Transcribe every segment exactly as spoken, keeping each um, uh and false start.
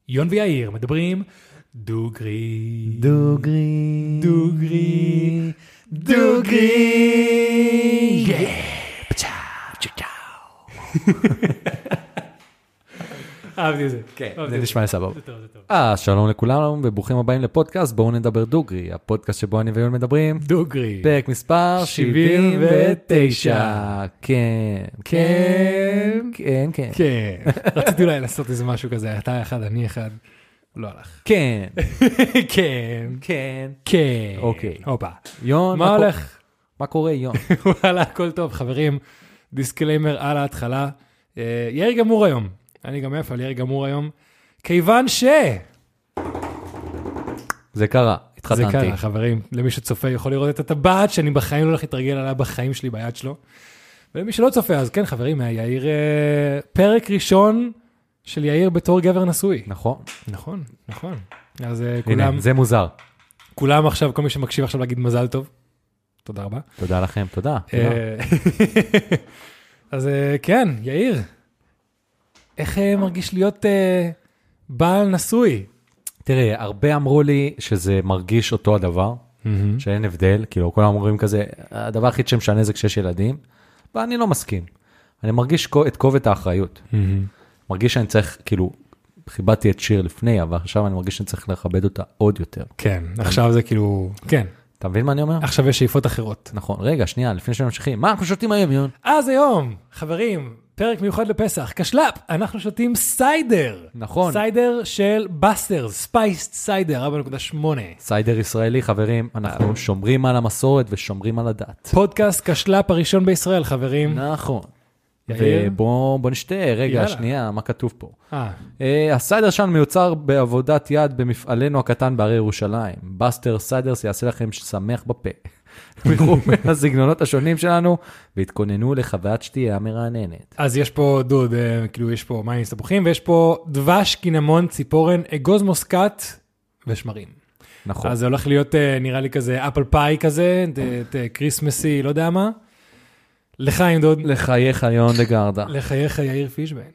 יון ויאיר מדברים דוגרי. דוגרי. דוגרי. דוגרי. פצ'או. פצ'או. אהבתי את זה. כן, זה נשמע לי סבבה. זה טוב, זה טוב. אה, שלום לכולם וברוכים הבאים לפודקאסט, בואו נדבר דוגרי, הפודקאסט שבו אני ויון מדברים. דוגרי. פרק מספר שבעים ותשע. כן, כן, כן, כן. כן. רציתי אולי לעשות איזה משהו כזה, אתה אחד, אני אחד. לא הלך. כן, כן. כן. כן. אוקיי. הופה. יון, מה קו- הולך? מה קורה יון? וואלה, הכל טוב, חברים. דיסקליימר על ההתחלה. אה, יאיר גמור היום. אני גם איפה על יאיר גמור היום. כיוון ש... זה קרה, זה התחתנתי. קרה, חברים. למי שצופה יכול לראות את הטבעת שאני בחיים לא הולך להתרגל עליה בחיים שלי ביד שלו. ולמי שלא צופה, אז כן, חברים, יאיר... אה, פרק ראשון של יאיר בתור גבר נשוי. נכון. נכון, נכון. אז אה, הנה, כולם, זה מוזר. כולם עכשיו, כל מי שמקשיב עכשיו להגיד מזל טוב. תודה רבה. תודה לכם, תודה. תודה. אה, אז אה, כן, יאיר, איך אה, מרגיש להיות אה, בעל נשוי? תראה, הרבה אמרו לי שזה מרגיש אותו הדבר, שאין הבדל, כאילו כולם אומרים כזה, הדבר הכי שמשנה זה כשיש ילדים, ואני לא מסכים. אני מרגיש את כובד האחריות. מרגיש שאני צריך, כאילו, חיבדתי את שיר לפני, אבל עכשיו אני מרגיש שאני צריך לכבד אותה עוד יותר. כן, עכשיו זה כאילו, כן, אתה מבין מה אני אומר? עכשיו יש שאיפות אחרות. נכון, רגע, שנייה, לפני שממשיכים, מה אנחנו שותים היום, יון? אז היום, חברים, פרק מיוחד לפסח, קשלאפ, אנחנו שותים סיידר. נכון. סיידר של בסטרס, ספייסט סיידר, ארבע נקודה שמונה. סיידר ישראלי, חברים, אנחנו שומרים על המסורת ושומרים על הדת. פודקאסט קשלאפ הראשון בישראל, חברים. נכון. יאיר? ובוא בוא נשתה, רגע, יאללה. שנייה, מה כתוב פה? אה, Uh, הסיידר שלנו מיוצר בעבודת יד במפעלנו הקטן בערי ירושלים. בסטר סיידרס יעשה לכם שמח בפה. תראו מהסגנונות השונים שלנו, והתכוננו לחוויית שתייה מרעננת. אז יש פה דוד, אה, כאילו יש פה מים מסתבוכים, ויש פה דבש, קינמון, ציפורן, אגוז מוסקת ושמרים. נכון. אז זה הולך להיות, אה, נראה לי כזה אפל פאי כזה, ת- ת- קריסמסי, לא יודע מה. לחיים דוד, לחייך יון לגרדה. לחייך יאיר פישביין.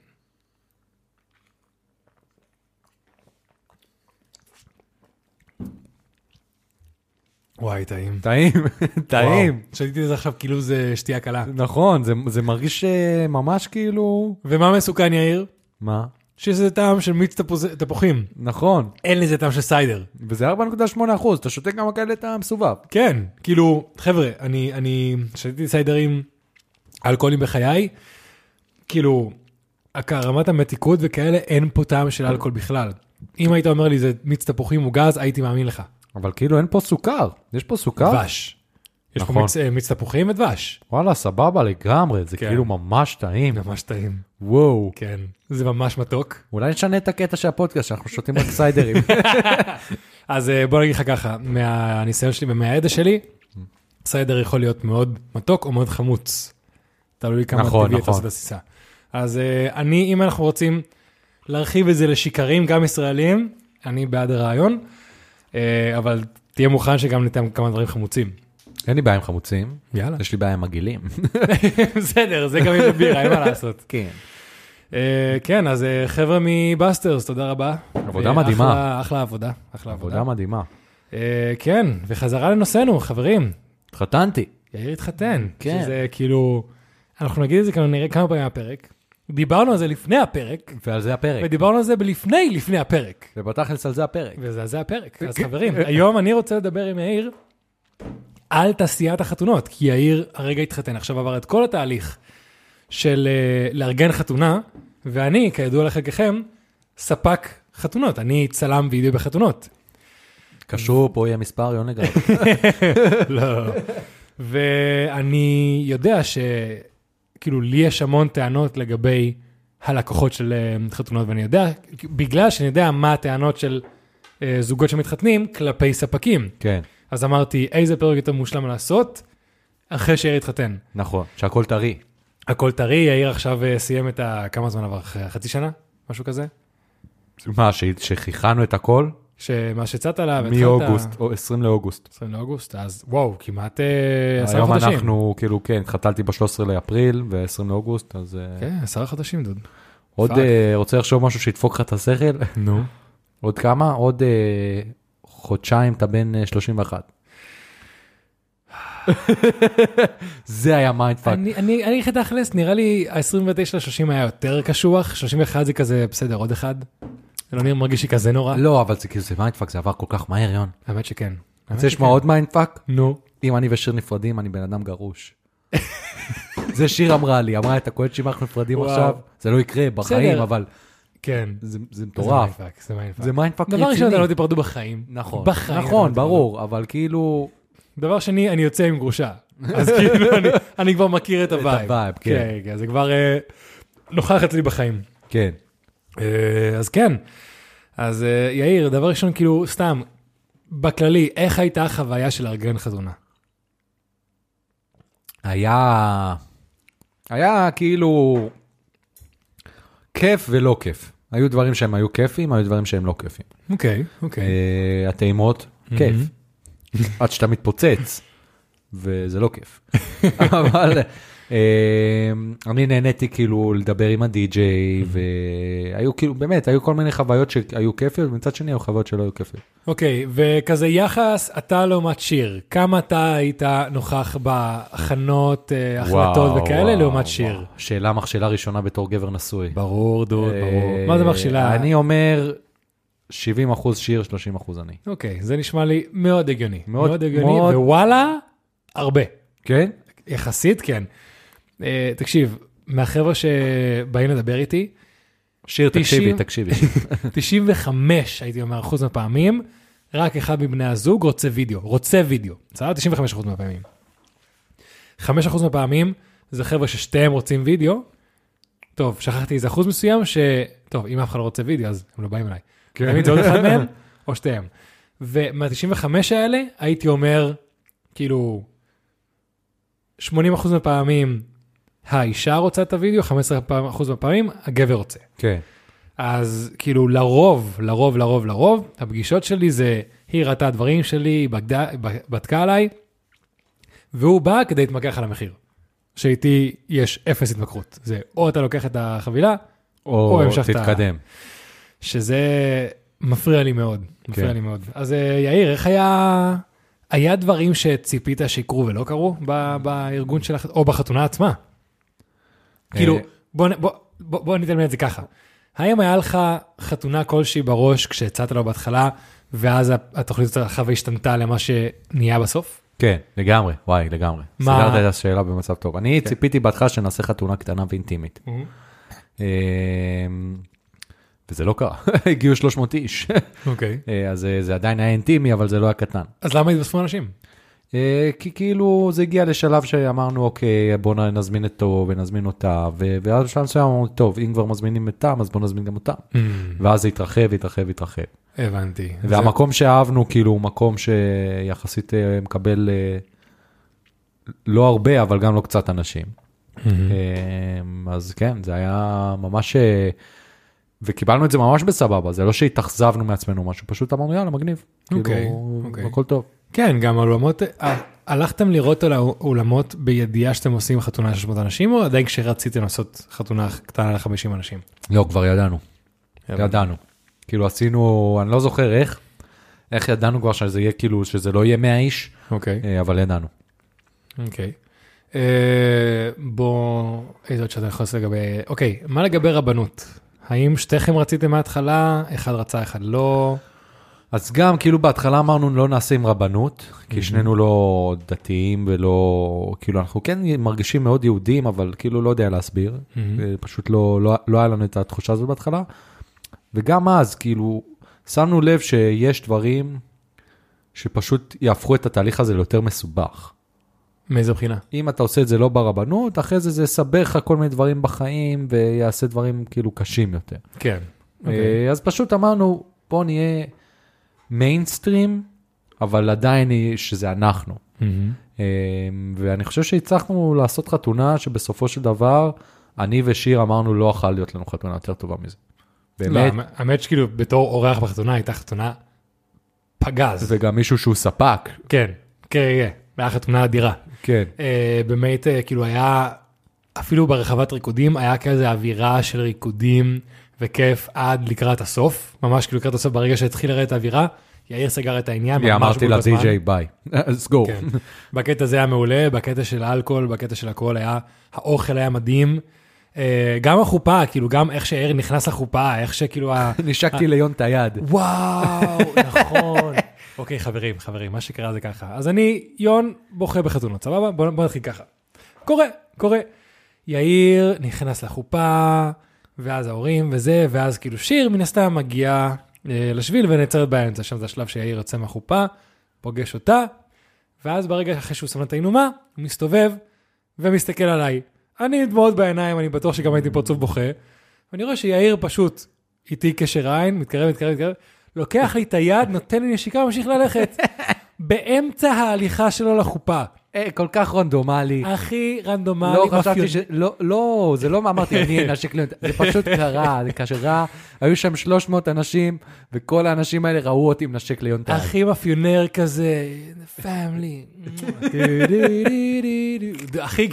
וואי, טעים. טעים, טעים. וואו, שתיתי את זה עכשיו כאילו זה שתייה קלה. נכון, זה, זה מרגיש אה, ממש כאילו... ומה מסוכן יאיר? מה? שזה טעם של מיץ תפוז- תפוחים. נכון. אין לזה טעם של סיידר. וזה ארבע נקודה שמונה אחוז, אתה שותה כמה כאלה את המסובב. כן, כאילו, חבר'ה, אני, אני שתיתי סיידרים אלכוהולים בחיי, כאילו, רמת המתיקות וכאלה, אין פה טעם של אלכוהול בכלל. אם היית אומר לי, זה מיץ תפוחים מוגז, הייתי מאמין לך. אבל כאילו אין פה סוכר. יש פה סוכר? דבש. יש פה נכון. מיץ, מיץ תפוחים ודבש. וואלה, סבבה לגמרי, זה כן. כאילו ממש טעים. ממש טעים. וואו. כן, זה ממש מתוק. אולי נשנה את הקטע של הפודקאסט, שאנחנו שותים רק סיידרים. אז אה, בוא נגיד לך ככה, מהניסיון שלי ומהידע שלי, סיידר יכול להיות מאוד מתוק או מאוד חמוץ. תלוי כמה נכון, טבעי אתה נכון. עושה את הסיסה. אז אה, אני, אם אנחנו רוצים להרחיב את זה לשיקרים, גם ישראלים, אני בעד הרעיון, אה, אבל תהיה מוכן שגם ניתן כמה דברים חמוצים. אין לי בעיה עם חמוצים, יאללה. יש לי בעיה עם מגעילים. בסדר, זה גם עם בירה, אין מה לעשות. כן. אה, כן, אז אה, חבר'ה מבאסטרס, תודה רבה. עבודה אה, מדהימה. אחלה- אחלה עבודה, אחלה עבודה. עבודה מדהימה. אה, כן, וחזרה לנושאנו, חברים. התחתנתי. יאיר התחתן. כן. שזה כאילו, אנחנו נגיד את זה, נראה כמה פעמים הפרק. דיברנו על זה לפני הפרק, ועל זה הפרק. ודיברנו על זה בלפני לפני הפרק. ובתכלס על זה הפרק. וזה זה הפרק. אז חברים, היום אני רוצה לדבר עם יאיר על תעשיית החתונות, כי יאיר הרגע התחתן, עכשיו עבר את כל התהליך של uh, לארגן חתונה, ואני, כידוע לחלקכם, ספק חתונות. אני צלם וידאו בחתונות. קשור, פה יהיה מספר יון לגרד. לא. ואני יודע שכאילו לי יש המון טענות לגבי הלקוחות של uh, חתונות, ואני יודע, בגלל שאני יודע מה הטענות של uh, זוגות שמתחתנים כלפי ספקים. כן, אז אמרתי, איזה פרק יותר מושלם לעשות אחרי שיאיר התחתן. נכון, שהכל טרי. הכל טרי, יאיר עכשיו uh, סיים את ה... כמה זמן עבר? אחרי חצי שנה? משהו כזה? מה, ש- שכיחנו את הכל? שמה שצאת עליו, מאוגוסט, או עשרים לאוגוסט. עשרים לאוגוסט, אז וואו, כמעט uh, עשרה היום חודשים. אנחנו, כאילו, כן, התחתלתי ב-שלושה עשר לאפריל ו-עשרים לאוגוסט, אז... אה, כן, עשרה חודשים, דוד. עוד פאק. אה, רוצה לחשוב משהו שידפוק לך את השכל? נו. עוד כמה? עוד אה, חודשיים אתה בן אה, שלושים ואחת. זה היה מיינדפאק. אני, אני, אני חייב תכלס, נראה לי ה-עשרים ותשע שלושים היה יותר קשוח, שלושים ואחת זה כזה בסדר, עוד אחד. זה לא נראה מרגיש לי כזה נורא. לא, אבל זה כאילו, זה מיינדפאק, זה עבר כל כך מהר, יון. האמת שכן. רוצה לשמוע עוד מיינדפאק? נו. אם אני ושיר נפרדים, אני בן אדם גרוש. זה שיר אמרה לי, אמרה את הקוהד שאם אנחנו נפרדים עכשיו, זה לא יקרה בחיים, אבל כן. זה מטורף. זה מיינדפאק. זה מיינדפאק רציני. דבר ראשון, אתה לא תיפרדו בחיים. נכון, בחיים. נכון, ברור, אבל כאילו... דבר שני, אני יוצא עם גרושה. אז כאילו, אני, אני כבר מכיר את הווייב. את הווייב, כן. כן, כן, זה כבר אה, נוכח אצלי בחיים. כן. אה, אז כן. אז אה, יאיר, דבר ראשון, כאילו, סתם, בכללי, איך הייתה החוויה של לארגן חתונה? היה... היה כאילו... כיף ולא כיף. היו דברים שהם היו כיפים, היו דברים שהם לא כיפים. אוקיי, אוקיי. אה, הטעימות, כיף. עד שאתה מתפוצץ, וזה לא כיף. אבל אה, אני נהניתי כאילו לדבר עם הדי-ג'יי, והיו כאילו, באמת, היו כל מיני חוויות שהיו כיפיות, ומצד שני היו חוויות שלא היו כיפיות. אוקיי, וכזה יחס, אתה לעומת שיר, כמה אתה היית נוכח בהכנות, החלטות וכאלה לעומת שיר? שאלה מכשילה ראשונה בתור גבר נשוי. ברור, דוד, ברור. מה זה מכשילה? אני אומר... שבעים אחוז שיר, שלושים אחוז אני. אוקיי, זה נשמע לי מאוד הגיוני. מאוד, מאוד הגיוני, מאוד... ווואלה, הרבה. כן? יחסית, כן. Uh, תקשיב, מהחבר'ה שבאים לדבר איתי, שיר, תקשיבי, תקשיבי. תשעים וחמש, הייתי אומר, אחוז מהפעמים, רק אחד מבני הזוג רוצה וידאו, רוצה וידאו. בסדר? תשעים וחמש אחוז מהפעמים. חמישה אחוז מהפעמים, זה חבר'ה ששתיהם רוצים וידאו. טוב, שכחתי איזה אחוז מסוים ש... טוב, אם אף אחד לא רוצה וידאו, אז הם לא באים אליי. כן. זה עוד אחד מהם, או שתיהם. ומה-תשעים וחמש האלה, הייתי אומר, כאילו, שמונים אחוז מהפעמים, האישה רוצה את הוידאו, חמישה עשר אחוז מהפעמים, הגבר רוצה. כן. אז כאילו, לרוב, לרוב, לרוב, לרוב, הפגישות שלי זה, היא ראתה הדברים שלי, היא בדקה עליי, והוא בא כדי להתמקח על המחיר. שאיתי יש אפס התמקחות. זה או אתה לוקח את החבילה, או, או תתקדם. שזה מפריע לי מאוד, מפריע כן. לי מאוד. אז יאיר, איך היה, היה דברים שציפית שיקרו ולא קרו ב, בארגון שלך, או בחתונה עצמה? כאילו, בוא, בוא, בוא, בוא ניתן לי את זה ככה. האם היה לך חתונה כלשהי בראש כשהצעת לו בהתחלה, ואז התוכנית שלך השתנתה למה שנהיה בסוף? כן, לגמרי, וואי, לגמרי. מה... סגרת את השאלה במצב טוב. אני כן. ציפיתי בהתחלה שנעשה חתונה קטנה ואינטימית. Mm-hmm. וזה לא קרה, הגיעו שלוש מאות איש. אוקיי. אז זה עדיין היה אינטימי, אבל זה לא היה קטן. אז למה התווספו אנשים? כי כאילו זה הגיע לשלב שאמרנו, אוקיי, בוא נזמין אותו ונזמין אותה, ואז בשלב מסוים אמרנו, טוב, אם כבר מזמינים אותם, אז בוא נזמין גם אותם. ואז זה התרחב, התרחב, התרחב. הבנתי. והמקום שאהבנו, כאילו, הוא מקום שיחסית מקבל לא הרבה, אבל גם לא קצת אנשים. אז כן, זה היה ממש... וקיבלנו את זה ממש בסבבה, זה לא שהתאכזבנו מעצמנו משהו, פשוט אמרנו, יאללה, מגניב. אוקיי, כאילו, הכל טוב. כן, גם האולמות, הלכתם לראות על האולמות בידיעה שאתם עושים חתונה של שמונה אנשים, או עדיין כשרציתם לעשות חתונה קטנה ל-חמישים אנשים? לא, כבר ידענו. ידענו. כאילו עשינו, אני לא זוכר איך, איך ידענו כבר שזה יהיה כאילו, שזה לא יהיה מאה איש, אבל ידענו. אוקיי. בוא, איזה עוד שאתה יכול לעשות לגבי, אוקיי, מה לגבי רבנות? האם שתיכם רציתם מההתחלה, אחד רצה, אחד לא? אז גם, כאילו, בהתחלה אמרנו, לא נעשה עם רבנות, כי שנינו לא דתיים ולא, כאילו, אנחנו כן מרגישים מאוד יהודים, אבל כאילו לא יודע להסביר, פשוט לא, לא, לא היה לנו את התחושה הזאת בהתחלה, וגם אז, כאילו, שמנו לב שיש דברים שפשוט יהפכו את התהליך הזה ליותר מסובך. מאיזו בחינה? אם אתה עושה את זה לא ברבנות, אחרי זה זה סבר לך כל מיני דברים בחיים, ויעשה דברים כאילו קשים יותר. כן. אז פשוט אמרנו, בוא נהיה מיינסטרים, אבל עדיין שזה אנחנו. ואני חושב שהצלחנו לעשות חתונה, שבסופו של דבר, אני ושיר אמרנו, לא אכל להיות לנו חתונה יותר טובה מזה. באמת. לא, האמת שכאילו, בתור אורח בחתונה, הייתה חתונה פגז. וגם מישהו שהוא ספק. כן, כן, כן. היה חתונה אדירה. כן. באמת, כאילו היה, אפילו ברחבת ריקודים, היה כזה אווירה של ריקודים, וכיף עד לקראת הסוף, ממש כאילו לקראת הסוף, ברגע שהתחיל לראות את האווירה, יאיר סגר את העניין. אמרתי לדי-ג'יי ביי, אז גו. בקטע זה היה מעולה, בקטע של האלכוהול, בקטע של הכל היה, האוכל היה מדהים, גם החופה, כאילו גם איך שיאיר נכנס לחופה, איך שכאילו... נשקתי ליון את היד. וואו, נכון. אוקיי, חברים, חברים, מה שקרה זה ככה. אז אני, יון, בוכה בחתונות, סבבה? בוא נתחיל ככה. קורה, קורה. יאיר נכנס לחופה, ואז ההורים וזה, ואז כאילו שיר מן הסתם מגיע לשביל ונעצרת באמצע, שם זה השלב שיאיר יוצא מהחופה, פוגש אותה, ואז ברגע אחרי שהוא שם את העינומה, הוא מסתובב ומסתכל עליי. אני דמעות בעיניים, אני בטוח שגם הייתי פרצוף בוכה, ואני רואה שיאיר פשוט איתי קשר עין, מתקרב, מתקרב, מתקרב, לוקח לי את היד, נותן לי נשיקה, ממשיך ללכת. באמצע ההליכה שלו לחופה. כל כך רנדומלי. הכי רנדומלי. לא חשבתי ש... לא, לא, זה לא אמרתי, אני נשק ליון. זה פשוט קרה, זה קרה. היו שם שלוש מאות אנשים, וכל האנשים האלה ראו אותי עם נשק ליון. הכי מפיונר כזה, פאמילי. הכי...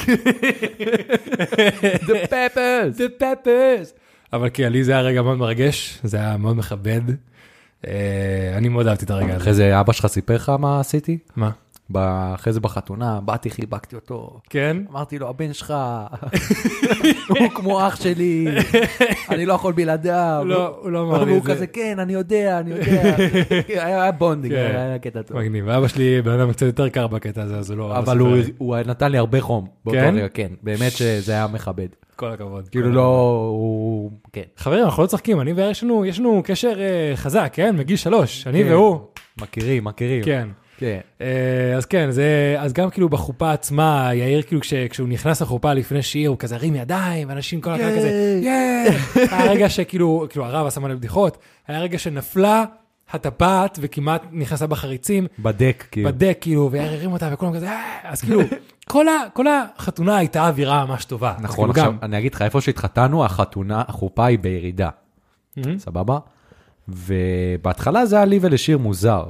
The peppers. The peppers. אבל כי לי זה היה רגע מאוד מרגש, זה היה מאוד מכבד. אני מאוד אהבתי את הרגע הזה. אחרי זה אבא שלך סיפר לך מה עשיתי? מה? אחרי זה בחתונה, באתי, חיבקתי אותו. כן? אמרתי לו, הבן שלך, הוא כמו אח שלי, אני לא יכול בלעדיו. לא, הוא לא אמר לי את זה. והוא כזה, כן, אני יודע, אני יודע. היה בונדינג, היה קטע טוב. מגניב, ואבא שלי בן אדם קצת יותר קר בקטע הזה, אז הוא לא... אבל הוא נתן לי הרבה חום. כן? כן, באמת שזה היה מכבד. כל הכבוד. כאילו לא, הוא... כן. חברים, אנחנו לא צחקים, אני ויאיר יש לנו קשר חזק, כן? מגיל שלוש, אני והוא. מכירים, מכירים. כן. כן. אז כן, זה, אז גם כאילו בחופה עצמה, יאיר כאילו כש, כשהוא נכנס לחופה לפני שיר, הוא כזה הרים ידיים, ואנשים כל הקהל כזה, יאי! היה רגע שכאילו, כאילו הרב עשה מלא בדיחות, היה רגע שנפלה הטפת וכמעט נכנסה בחריצים. בדק, כאילו. בדק, כאילו, ויאיר הרים אותה וכולם כזה, אז כאילו, כל, ה, כל החתונה הייתה אווירה ממש טובה. נכון, עכשיו, אני אגיד לך, איפה שהתחתנו, החתונה, החופה היא בירידה. סבבה? ובהתחלה זה היה לי ולשיר מוזר.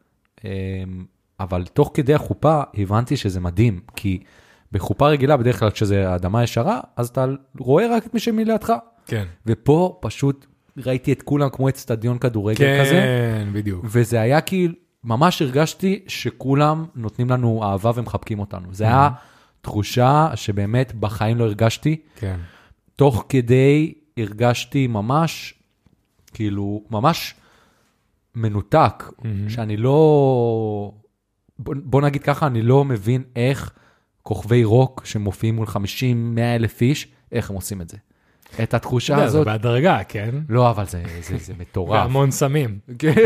אבל תוך כדי החופה הבנתי שזה מדהים, כי בחופה רגילה בדרך כלל כשזה האדמה ישרה, אז אתה רואה רק את מי שמלידך. כן. ופה פשוט ראיתי את כולם כמו את סטדיון כדורגל כן, כזה. כן, בדיוק. וזה היה כאילו, ממש הרגשתי שכולם נותנים לנו אהבה ומחבקים אותנו. זה היה תחושה שבאמת בחיים לא הרגשתי. כן. תוך כדי הרגשתי ממש, כאילו, ממש... מנותק, mm-hmm. שאני לא, בוא, בוא נגיד ככה, אני לא מבין איך כוכבי רוק שמופיעים מול חמישים מאה אלף איש, איך הם עושים את זה. את התחושה זה, הזאת. זה בהדרגה, כן? לא, אבל זה, זה, זה מטורף. והמון סמים.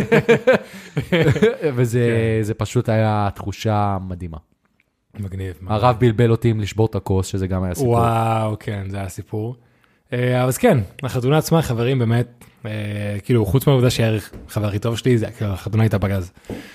וזה זה פשוט היה תחושה מדהימה. מגניב. הרב בלבל אותי עם לשבור את הכוס, שזה גם היה סיפור. וואו, כן, זה היה סיפור. אז כן, החתונה עצמה, חברים, באמת, כאילו, חוץ מהעובדה שהערך חבר הכי טוב שלי, זה כאילו, החתונה הייתה פגז.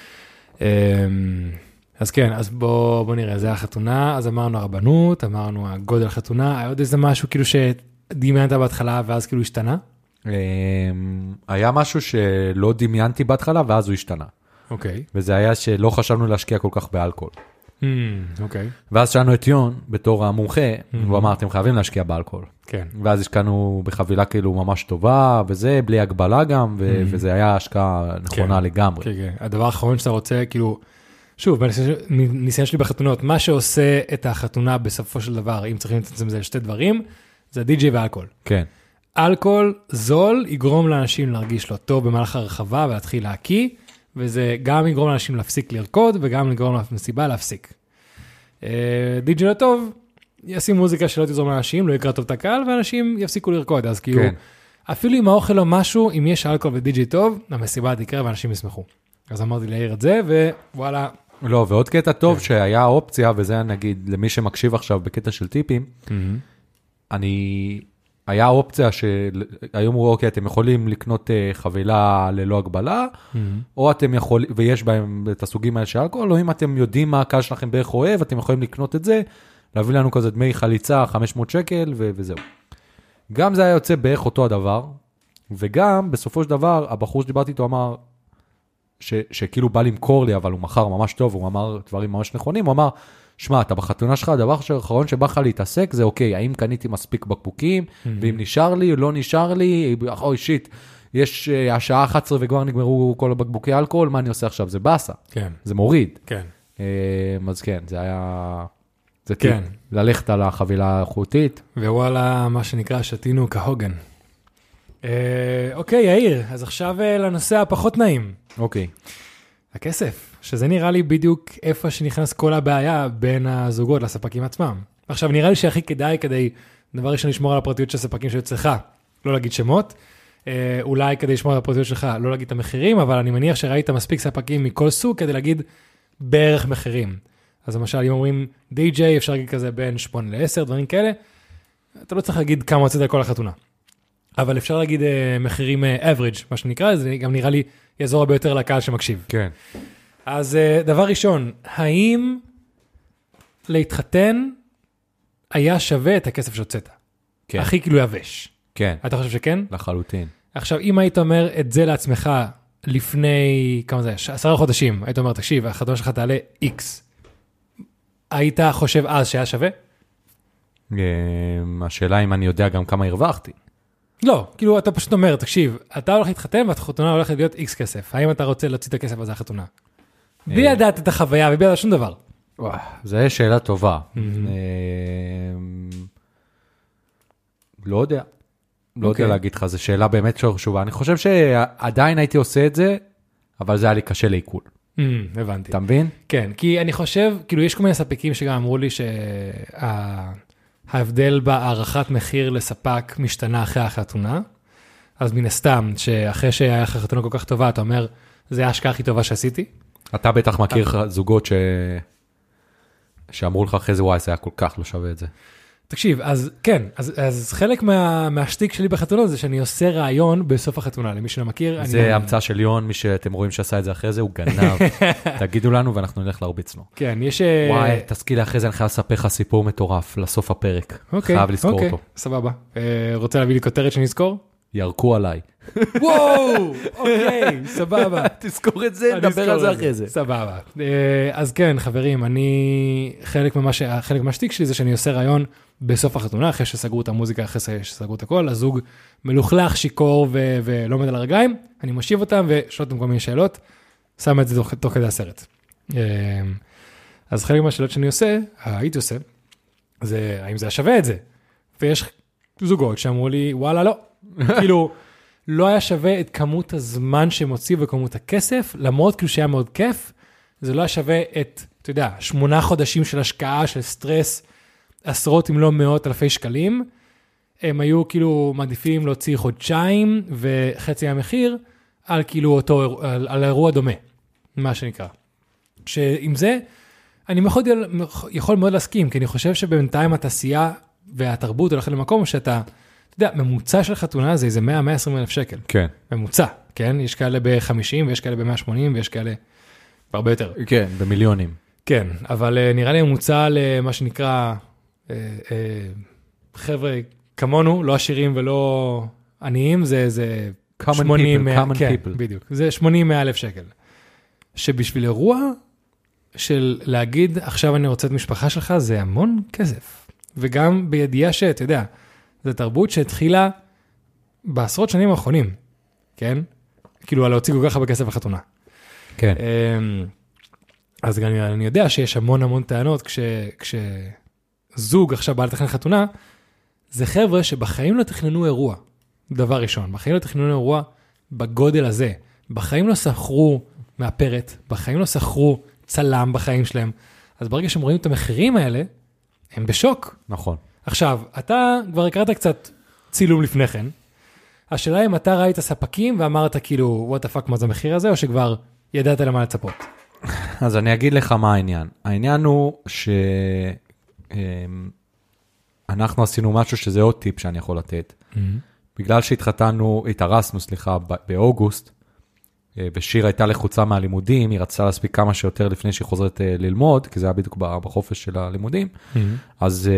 אז כן, אז בוא נראה, זה החתונה, אז אמרנו הרבנות, אמרנו הגודל החתונה, היה עוד איזה משהו כאילו שדמיינת בהתחלה, ואז כאילו השתנה? היה משהו שלא דמיינתי בהתחלה, ואז הוא השתנה. אוקיי. וזה היה שלא חשבנו להשקיע כל כך באלכוהול. אוקיי. ואז שאלנו את יון, בתור המומחה, הוא אמר, אתם חייבים להשקיע באלכוהול. כן. ואז השקענו בחבילה כאילו ממש טובה, וזה בלי הגבלה גם, וזה היה השקעה נכונה לגמרי. כן, כן. הדבר האחרון שאתה רוצה, כאילו, שוב, בניסיון שלי בחתונות, מה שעושה את החתונה בסופו של דבר, אם צריכים לצמצם זה לשתי דברים, זה די-ג'יי ואלכוהול. כן. אלכוהול זול יגרום לאנשים להרגיש לא טוב במהלך הרחבה ולהתחיל להקיא, וזה גם יגרום לאנשים להפסיק לרקוד, וגם יגרום למסיבה להפסיק. די-ג'יי לא טוב, ישים מוזיקה שלא תזרום לאנשים, לא יקרא טוב את הקהל, ואנשים יפסיקו לרקוד. אז כאילו, אפילו אם האוכל או משהו, אם יש אלכוהול ודי-ג'יי טוב, המסיבה תקרה ואנשים ישמחו. אז אמרתי להעיר את זה, ווואלה. לא, ועוד קטע טוב שהיה אופציה, וזה נגיד למי שמקשיב עכשיו בקטע של טיפים, אני... היה אופציה שהיום הוא, אוקיי, אתם יכולים לקנות חבילה ללא הגבלה, או אתם יכולים, ויש בהם את הסוגים האלה של אלכוהול, או אם אתם יודעים מה הקהל שלכם בערך אוהב, אתם יכולים לקנות את זה, להביא לנו כזה דמי חליצה, חמש מאות שקל, וזהו. גם זה היה יוצא בערך אותו הדבר, וגם בסופו של דבר, הבחור שדיברתי איתו אמר, שכאילו בא למכור לי, אבל הוא מכר ממש טוב, הוא אמר דברים ממש נכונים, הוא אמר שמע, אתה בחתונה שלך, הדבר האחרון שבא לך להתעסק, זה אוקיי, האם קניתי מספיק בקבוקים, ואם נשאר לי או לא נשאר לי, אוי שיט, יש השעה אחת עשרה וכבר נגמרו כל הבקבוקי אלכוהול, מה אני עושה עכשיו? זה בסה, כן. זה מוריד. כן. אז כן, זה היה... זה כן. טיפ, ללכת על החבילה החוטית. ווואלה, מה שנקרא, שתינו כהוגן. אוקיי, יאיר, אז עכשיו לנושא הפחות נעים. אוקיי. הכסף, שזה נראה לי בדיוק איפה שנכנס כל הבעיה בין הזוגות לספקים עצמם. עכשיו, נראה לי שהכי כדאי כדי, דבר ראשון, לשמור על הפרטיות של הספקים שאצלך, לא להגיד שמות, אולי כדי לשמור על הפרטיות שלך, לא להגיד את המחירים, אבל אני מניח שראית מספיק ספקים מכל סוג כדי להגיד בערך מחירים. אז למשל, אם אומרים די-ג'יי, אפשר להגיד כזה בין שמונה לעשר, דברים כאלה, אתה לא צריך להגיד כמה הוצאת על כל החתונה. אבל אפשר להגיד uh, מחירים uh, average, מה שנקרא, זה גם נראה לי יעזור הרבה יותר לקהל שמקשיב. כן. אז uh, דבר ראשון, האם להתחתן היה שווה את הכסף שהוצאת? כן. הכי כאילו יבש. כן. אתה חושב שכן? לחלוטין. עכשיו, אם היית אומר את זה לעצמך לפני, כמה זה, עשרה חודשים, היית אומר, תקשיב, החתונה שלך תעלה X. היית חושב אז שהיה שווה? השאלה אם אני יודע גם כמה הרווחתי. לא, כאילו אתה פשוט אומר, תקשיב, אתה הולך להתחתן והחתונה הולכת להיות X כסף. האם אתה רוצה להוציא את הכסף הזה החתונה? בלי לדעת את החוויה ובלי לדעת שום דבר. זו שאלה טובה. לא יודע. לא יודע להגיד לך, זו שאלה באמת חשובה. אני חושב שעדיין הייתי עושה את זה, אבל זה היה לי קשה לעיכול. הבנתי. אתה מבין? כן, כי אני חושב, כאילו יש כל מיני ספקים שגם אמרו לי שההבדל בהערכת מחיר לספק משתנה אחרי החתונה, אז מן הסתם, שאחרי שהיה לך חתונה כל כך טובה, אתה אומר, זה ההשקעה הכי טובה שעשיתי. אתה בטח מכיר זוגות ש... שאמרו לך אחרי זה, וואי, זה היה כל כך לא שווה את זה. תקשיב, אז כן, אז, אז חלק מה, מהשטיק שלי בחתונות זה שאני עושה רעיון בסוף החתונה, למי שלא מכיר. זה אני... המצאה של יון, מי שאתם רואים שעשה את זה אחרי זה, הוא גנב. תגידו לנו ואנחנו נלך להרביץ לו. כן, יש... וואי, תזכי לי אחרי זה, אני חייב לספר לך סיפור מטורף, לסוף הפרק. אוקיי, חייב לזכור אוקיי, אותו. סבבה. אה, רוצה להביא לי כותרת שנזכור? ירקו עליי. וואו, אוקיי, סבבה. תזכור את זה, נדבר על זה אחרי זה. סבבה. אז כן, חברים, אני, חלק ממה ש... חלק מהשטיק שלי זה שאני עושה רעיון בסוף החתונה, אחרי שסגרו את המוזיקה, אחרי שסגרו את הכל, הזוג מלוכלך, שיקור ו... ולא עומד על הרגליים, אני מושיב אותם ושואל אותם כל מיני שאלות, שם את זה תוך, תוך כדי הסרט. אז חלק מהשאלות שאני עושה, הייתי עושה, זה האם זה שווה את זה? ויש זוגות שאמרו לי, וואלה, לא. כאילו, לא היה שווה את כמות הזמן שהם הוציאו וכמות הכסף, למרות כאילו שהיה מאוד כיף, זה לא היה שווה את, אתה יודע, שמונה חודשים של השקעה, של סטרס, עשרות אם לא מאות אלפי שקלים, הם היו כאילו מעדיפים להוציא חודשיים וחצי המחיר, על כאילו אותו, על, על האירוע דומה, מה שנקרא. שעם זה, אני מאוד, יכול מאוד להסכים, כי אני חושב שבינתיים התעשייה והתרבות הולכת למקום שאתה, אתה יודע, ממוצע של חתונה זה איזה מאה עד מאה ועשרים אלף שקל. כן. ממוצע, כן? יש כאלה ב-חמישים ויש כאלה ב-מאה ושמונים ויש כאלה הרבה יותר. כן, במיליונים. כן, אבל uh, נראה לי ממוצע למה שנקרא, uh, uh, חבר'ה כמונו, לא עשירים ולא עניים, זה, זה שמונים, common כן, people. בדיוק. זה שמונים מאה אלף שקל. שבשביל אירוע של להגיד, עכשיו אני רוצה את משפחה שלך, זה המון כסף. וגם בידיעה שאתה יודע, זו תרבות שהתחילה בעשרות שנים האחרונים, כן? כאילו, על להוציא כל כך הרבה כסף לחתונה. כן. אז גם אני יודע שיש המון המון טענות, כש, כשזוג עכשיו בא לתכנן חתונה, זה חבר'ה שבחיים לא תכננו אירוע, דבר ראשון. בחיים לא תכננו אירוע בגודל הזה. בחיים לא שכרו מהפרט, בחיים לא שכרו צלם בחיים שלהם. אז ברגע שהם רואים את המחירים האלה, הם בשוק. נכון. עכשיו, אתה כבר הקראת קצת צילום לפני כן. השאלה אם אתה ראית ספקים ואמרת כאילו, what the fuck, מה זה המחיר הזה, או שכבר ידעת למה לצפות? אז אני אגיד לך מה העניין. העניין הוא שאנחנו עשינו משהו שזה עוד טיפ שאני יכול לתת. בגלל שהתחתנו, התארסנו, סליחה, באוגוסט, ושיר הייתה לחוצה מהלימודים, היא רצתה להספיק כמה שיותר לפני שהיא חוזרת ללמוד, כי זה היה בדיוק בחופש של הלימודים, אז,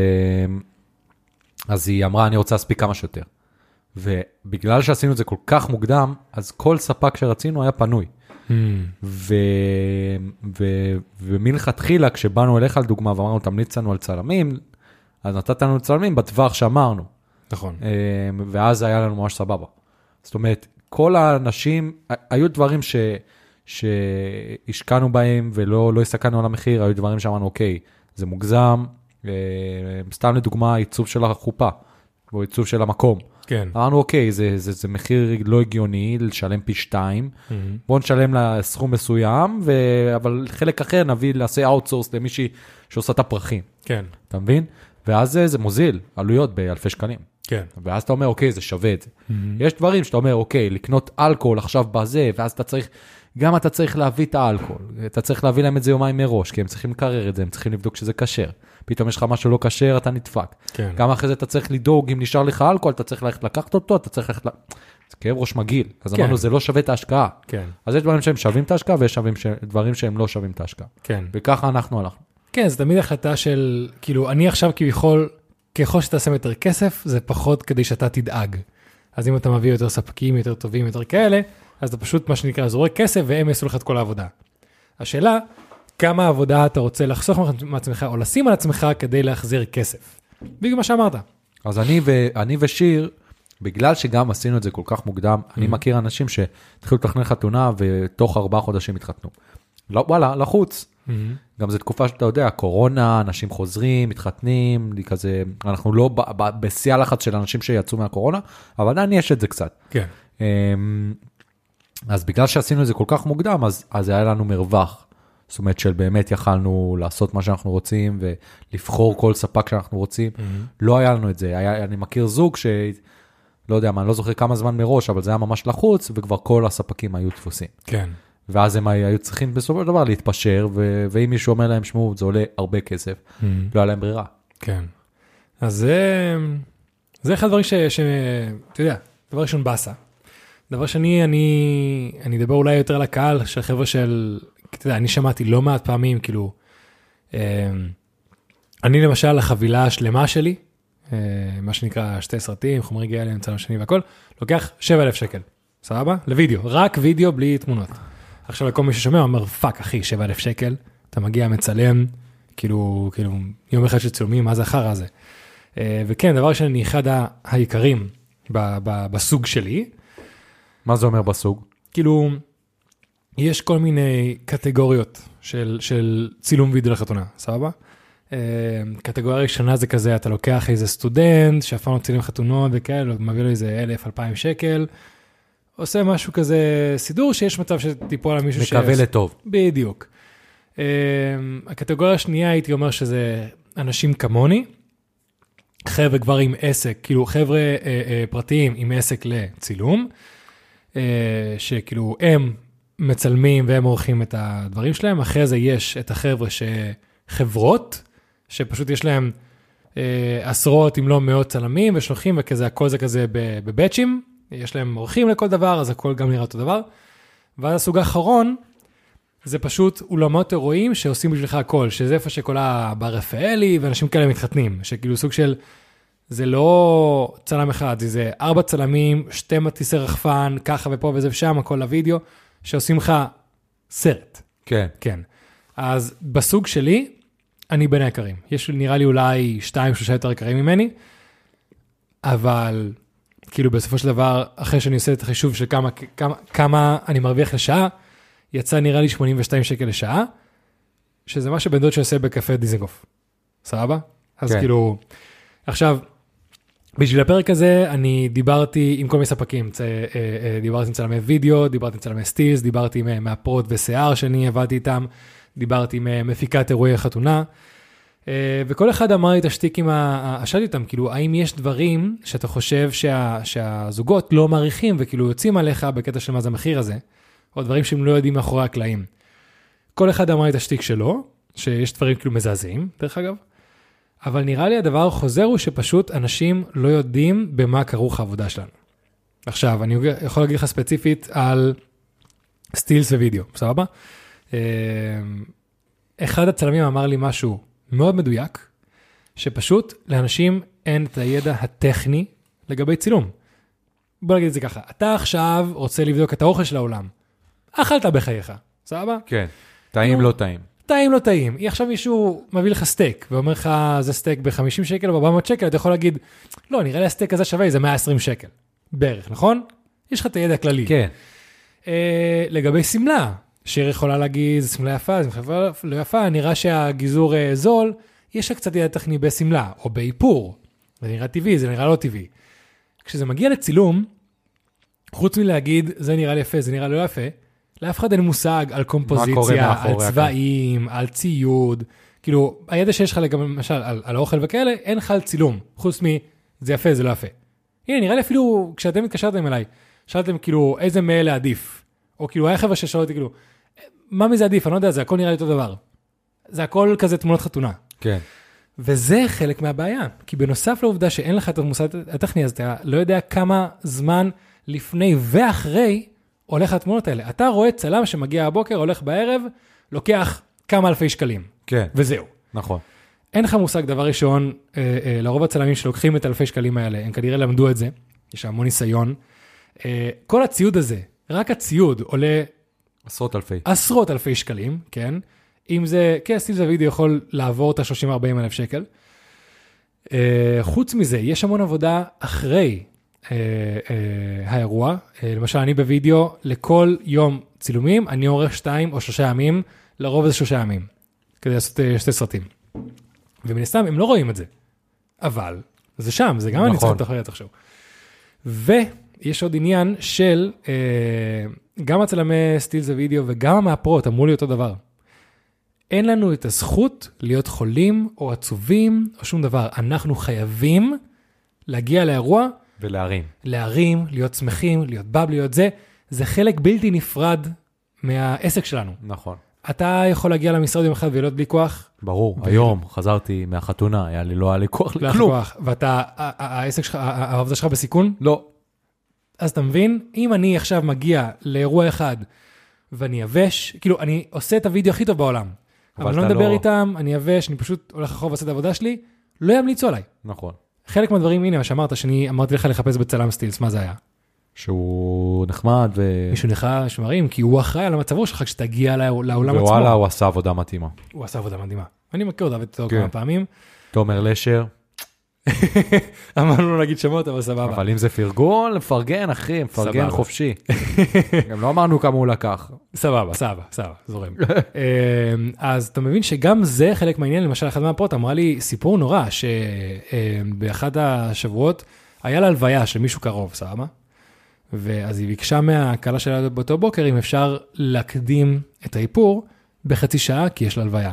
אז היא אמרה, אני רוצה להספיק כמה שיותר. ובגלל שעשינו את זה כל כך מוקדם, אז כל ספק שרצינו היה פנוי. ו... ו... ומלכתחילה, כשבאנו אליך על דוגמה, ואמרנו, תמליץ לנו על צלמים, אז נתת לנו צלמים בטווח שאמרנו. נכון. ואז היה לנו ממש סבבה. זאת אומרת, כל האנשים, היו דברים ש... שהשקענו בהם, ולא לא הסתכלנו על המחיר, היו דברים שאמרנו, אוקיי, זה מוגזם, סתם לדוגמה, עיצוב של החופה, או עיצוב של המקום. כן. אמרנו, אוקיי, זה, זה, זה מחיר לא הגיוני, לשלם פי שתיים, mm-hmm. בואו נשלם לסכום מסוים, ו... אבל חלק אחר נביא, לעשה אאוטסורס למישהי שעושה את הפרחים. כן. אתה מבין? ואז זה, זה מוזיל, עלויות באלפי שקלים. כן. ואז אתה אומר, אוקיי, זה שווה את זה. Mm-hmm. יש דברים שאתה אומר, אוקיי, לקנות אלכוהול עכשיו בזה, ואז אתה צריך, גם אתה צריך להביא את האלכוהול, אתה צריך להביא להם את זה יומיים מראש, כי הם צריכים לקרר את זה, הם צריכים לבדוק שזה כשר. פתאום יש לך משהו לא כשר, אתה נדפק. כן. גם אחרי זה אתה צריך לדאוג, אם נשאר לך אלכוהול, אתה צריך ללכת לקחת אותו, אתה צריך ללכת, זה כאב ראש מגיל. אז כן. אמרנו, זה לא שווה את ההשקעה. כן. אז יש דברים שהם שווים את ההשקעה, ויש דברים שהם לא שווים את ההשקעה. כן. וככה אנחנו הלכנו. כן, זה תמיד החלטה של, כאילו, אני עכשיו כביכול, ככל שאתה שם יותר כסף, זה פחות כדי שאתה תדאג. אז אם אתה מביא יותר ספקים, יותר טובים, יותר כאלה, אז אתה פשוט, מה שנקרא, זורק כסף, והם יעשו לך את כל העבודה. השאלה, כמה עבודה אתה רוצה לחסוך מעצמך, או לשים על עצמך כדי להחזיר כסף. בגלל מה שאמרת. אז אני, ו, אני ושיר, בגלל שגם עשינו את זה כל כך מוקדם, mm-hmm. אני מכיר אנשים שהתחילו לתכנן חתונה, ותוך ארבעה חודשים התחתנו. לא, וואלה, לחוץ. Mm-hmm. גם זו תקופה שאתה יודע, קורונה, אנשים חוזרים, מתחתנים, כזה, אנחנו לא ב, ב, בשיא הלחץ של אנשים שיצאו מהקורונה, אבל עדיין יש את זה קצת. כן. אז בגלל שעשינו את זה כל כך מוקדם, אז, אז היה לנו מרווח. זאת אומרת של באמת יכלנו לעשות מה שאנחנו רוצים, ולבחור כל ספק שאנחנו רוצים. Mm-hmm. לא היה לנו את זה. היה, אני מכיר זוג ש... לא יודע מה, אני לא זוכר כמה זמן מראש, אבל זה היה ממש לחוץ, וכבר כל הספקים היו תפוסים. כן. ואז הם היו צריכים בסופו של דבר להתפשר, ו... ואם מישהו אומר להם, שמו, זה עולה הרבה כסף, mm-hmm. לא היה להם ברירה. כן. אז זה, זה אחד הדברים ש... ש... אתה יודע, דבר ראשון בסה. דבר שני, אני, אני אדבר אולי יותר לקהל, של חבר'ה של... אתה יודע, אני שמעתי לא מעט פעמים, כאילו, אני למשל, החבילה השלמה שלי, מה שנקרא שתי סרטים, חומרי גלם, צלם שני והכל, לוקח שבעה אלף שקל, סבבה? לוידאו, רק וידאו בלי תמונות. עכשיו לכל מי ששומע, אומר, פאק אחי, שבעה אלף שקל, אתה מגיע מצלם, כאילו, כאילו, יום אחד של צילומים, מה זה אחר הזה? וכן, דבר שאני אחד העיקרים בסוג שלי. מה זה אומר בסוג? כאילו, יש כל מיני קטגוריות של, של צילום וידאו לחתונה, סבבה? קטגוריה ראשונה זה כזה, אתה לוקח איזה סטודנט, שאף פעם לא צילם חתונות וכאלה, מביא לו איזה אלף, אלפיים שקל, עושה משהו כזה סידור, שיש מצב שתיפול על מישהו מקווה לטוב. בדיוק. הקטגוריה השנייה הייתי אומר שזה אנשים כמוני, חבר'ה כבר עם עסק, כאילו חבר'ה פרטיים עם עסק לצילום, שכאילו הם מצלמים והם עורכים את הדברים שלהם, אחרי זה יש את החבר'ה שחברות, שפשוט יש להם אה, עשרות אם לא מאות צלמים ושלוחים, וכזה הכל זה כזה בבצ'ים, יש להם עורכים לכל דבר, אז הכל גם נראה אותו דבר. ואז הסוג האחרון, זה פשוט אולמות אירועים שעושים בשבילך הכל, שזה איפה שכל בר רפאלי ואנשים כאלה מתחתנים, שכאילו סוג של, זה לא צלם אחד, זה, זה ארבע צלמים, שתי מטיסי רחפן, ככה ופה וזה ושם, הכל לוידאו, שעושים לך סרט. כן. כן. אז בסוג שלי, אני בין היקרים. יש נראה לי אולי שתיים, שלושה יותר יקרים ממני, אבל כאילו בסופו של דבר, אחרי שאני עושה את החישוב של כמה, כמה, כמה אני מרוויח לשעה, יצא נראה לי שמונים ושתיים שקל לשעה, שזה מה שבן דוד שעושה בקפה דיזנגוף. סבבה? אז כן. כאילו, עכשיו, בשביל הפרק הזה, אני דיברתי עם כל מיני ספקים, דיברתי עם צלמי וידאו, דיברתי עם צלמי סטילס, דיברתי עם מהפרוט ושיער שאני עבדתי איתם, דיברתי עם מפיקת אירועי חתונה, וכל אחד אמר לי תשתיק עם ה... שאלתי אותם, כאילו, האם יש דברים שאתה חושב שה... שהזוגות לא מעריכים, וכאילו יוצאים עליך בקטע של מה זה המחיר הזה, או דברים שהם לא יודעים מאחורי הקלעים. כל אחד אמר לי תשתיק שלו, שיש דברים כאילו מזעזעים, דרך אגב, אבל נראה לי הדבר החוזר הוא שפשוט אנשים לא יודעים במה כרוך העבודה שלנו. עכשיו, אני יכול להגיד לך ספציפית על סטילס ווידאו, בסבבה? אחד הצלמים אמר לי משהו מאוד מדויק, שפשוט לאנשים אין את הידע הטכני לגבי צילום. בוא נגיד את זה ככה, אתה עכשיו רוצה לבדוק את האוכל של העולם. אכלת בחייך, סבבה? כן, טעים לא טעים. טעים לא טעים. עכשיו מישהו מביא לך סטייק, ואומר לך, זה סטייק ב-חמישים שקל או ב-ארבע מאות שקל, אתה יכול להגיד, לא, נראה לי הסטייק הזה שווה, זה מאה ועשרים שקל. בערך, נכון? יש לך את הידע הכללי. כן. אה, לגבי סמלה, שיר יכולה להגיד, זה סמלה יפה, זה סמלה לא יפה, נראה שהגיזור אה, זול, יש לה קצת ידע טכני בסמלה, או באיפור. זה נראה טבעי, זה נראה לא טבעי. כשזה מגיע לצילום, חוץ מלהגיד, זה נראה לי יפה, זה נראה לא יפה, לאף אחד אין מושג על קומפוזיציה, על צבעים, על ציוד, כאילו, הידע שיש לך לגבי, למשל, על, על האוכל וכאלה, אין לך על צילום, חוץ מ, זה יפה, זה לא יפה. הנה, נראה לי אפילו, כשאתם התקשרתם אליי, שאלתם כאילו, איזה מאלה עדיף, או כאילו, היה חבר'ה ששאלו אותי, כאילו, מה מזה עדיף? אני לא יודע, זה הכל נראה לי אותו דבר. זה הכל כזה תמונות חתונה. כן. וזה חלק מהבעיה, כי בנוסף לעובדה שאין לך את המושג הטכני, אז אתה לא יודע כמה זמן לפני ואחרי הולך התמונות האלה. אתה רואה צלם שמגיע הבוקר, הולך בערב, לוקח כמה אלפי שקלים. כן. וזהו. נכון. אין לך מושג, דבר ראשון, אה, אה, לרוב הצלמים שלוקחים את אלפי שקלים האלה, הם כנראה למדו את זה, יש המון ניסיון. אה, כל הציוד הזה, רק הציוד עולה עשרות אלפי. עשרות אלפי שקלים, כן? אם זה, כן, סטיל זה וידאו יכול לעבור את ה-שלושים ארבעים אלף שקל. Uh, חוץ מזה, יש המון עבודה אחרי uh, uh, האירוע. Uh, למשל, אני בווידאו, לכל יום צילומים, אני עורך שתיים או שלושה ימים, לרוב זה שלושה ימים, כדי לעשות uh, שתי סרטים. ומן הסתם, הם לא רואים את זה. אבל, זה שם, זה גם נכון. אני צריך לתחרט עכשיו. ויש עוד עניין של, uh, גם הצלמי סטיל זה וידאו וגם המאפרות אמרו לי אותו דבר. אין לנו את הזכות להיות חולים או עצובים או שום דבר. אנחנו חייבים להגיע לאירוע. ולהרים. להרים, להיות שמחים, להיות בב, להיות זה. זה חלק בלתי נפרד מהעסק שלנו. נכון. אתה יכול להגיע למשרד יום אחד ולהיות בלי כוח. ברור. היום חזרתי מהחתונה, היה לי לא היה לי כוח לכלום. ואתה, העסק שלך, העבודה שלך בסיכון? לא. אז אתה מבין? אם אני עכשיו מגיע לאירוע אחד ואני יבש, כאילו אני עושה את הוידאו הכי טוב בעולם. אבל אני לא מדבר איתם, אני יבש, אני פשוט הולך אחורה ועושה את העבודה שלי, לא ימליצו עליי. נכון. חלק מהדברים, הנה, מה שאמרת, שאני אמרתי לך לחפש בצלם סטילס, מה זה היה? שהוא נחמד ו... מישהו נחמד, שמרים, כי הוא אחראי על המצב ראש שלך, כשתגיע לעולם עצמו. ווואלה, הוא עשה עבודה מתאימה. הוא עשה עבודה מדהימה. אני מכיר אותה ותתו כמה פעמים. תומר לשר. אמרנו לא להגיד שמות, אבל סבבה. אבל אם זה פרגון, לפרגן, אחי, מפרגן חופשי. גם לא אמרנו כמה הוא לקח. סבבה, סבבה, סבבה, זורם. אז אתה מבין שגם זה חלק מהעניין, למשל, אחד מהפרוט אמרה לי סיפור נורא, שבאחד השבועות היה לה הלוויה של מישהו קרוב, סבבה? ואז היא ביקשה מהקהלה שלה באותו בוקר, אם אפשר להקדים את האיפור בחצי שעה, כי יש לה הלוויה.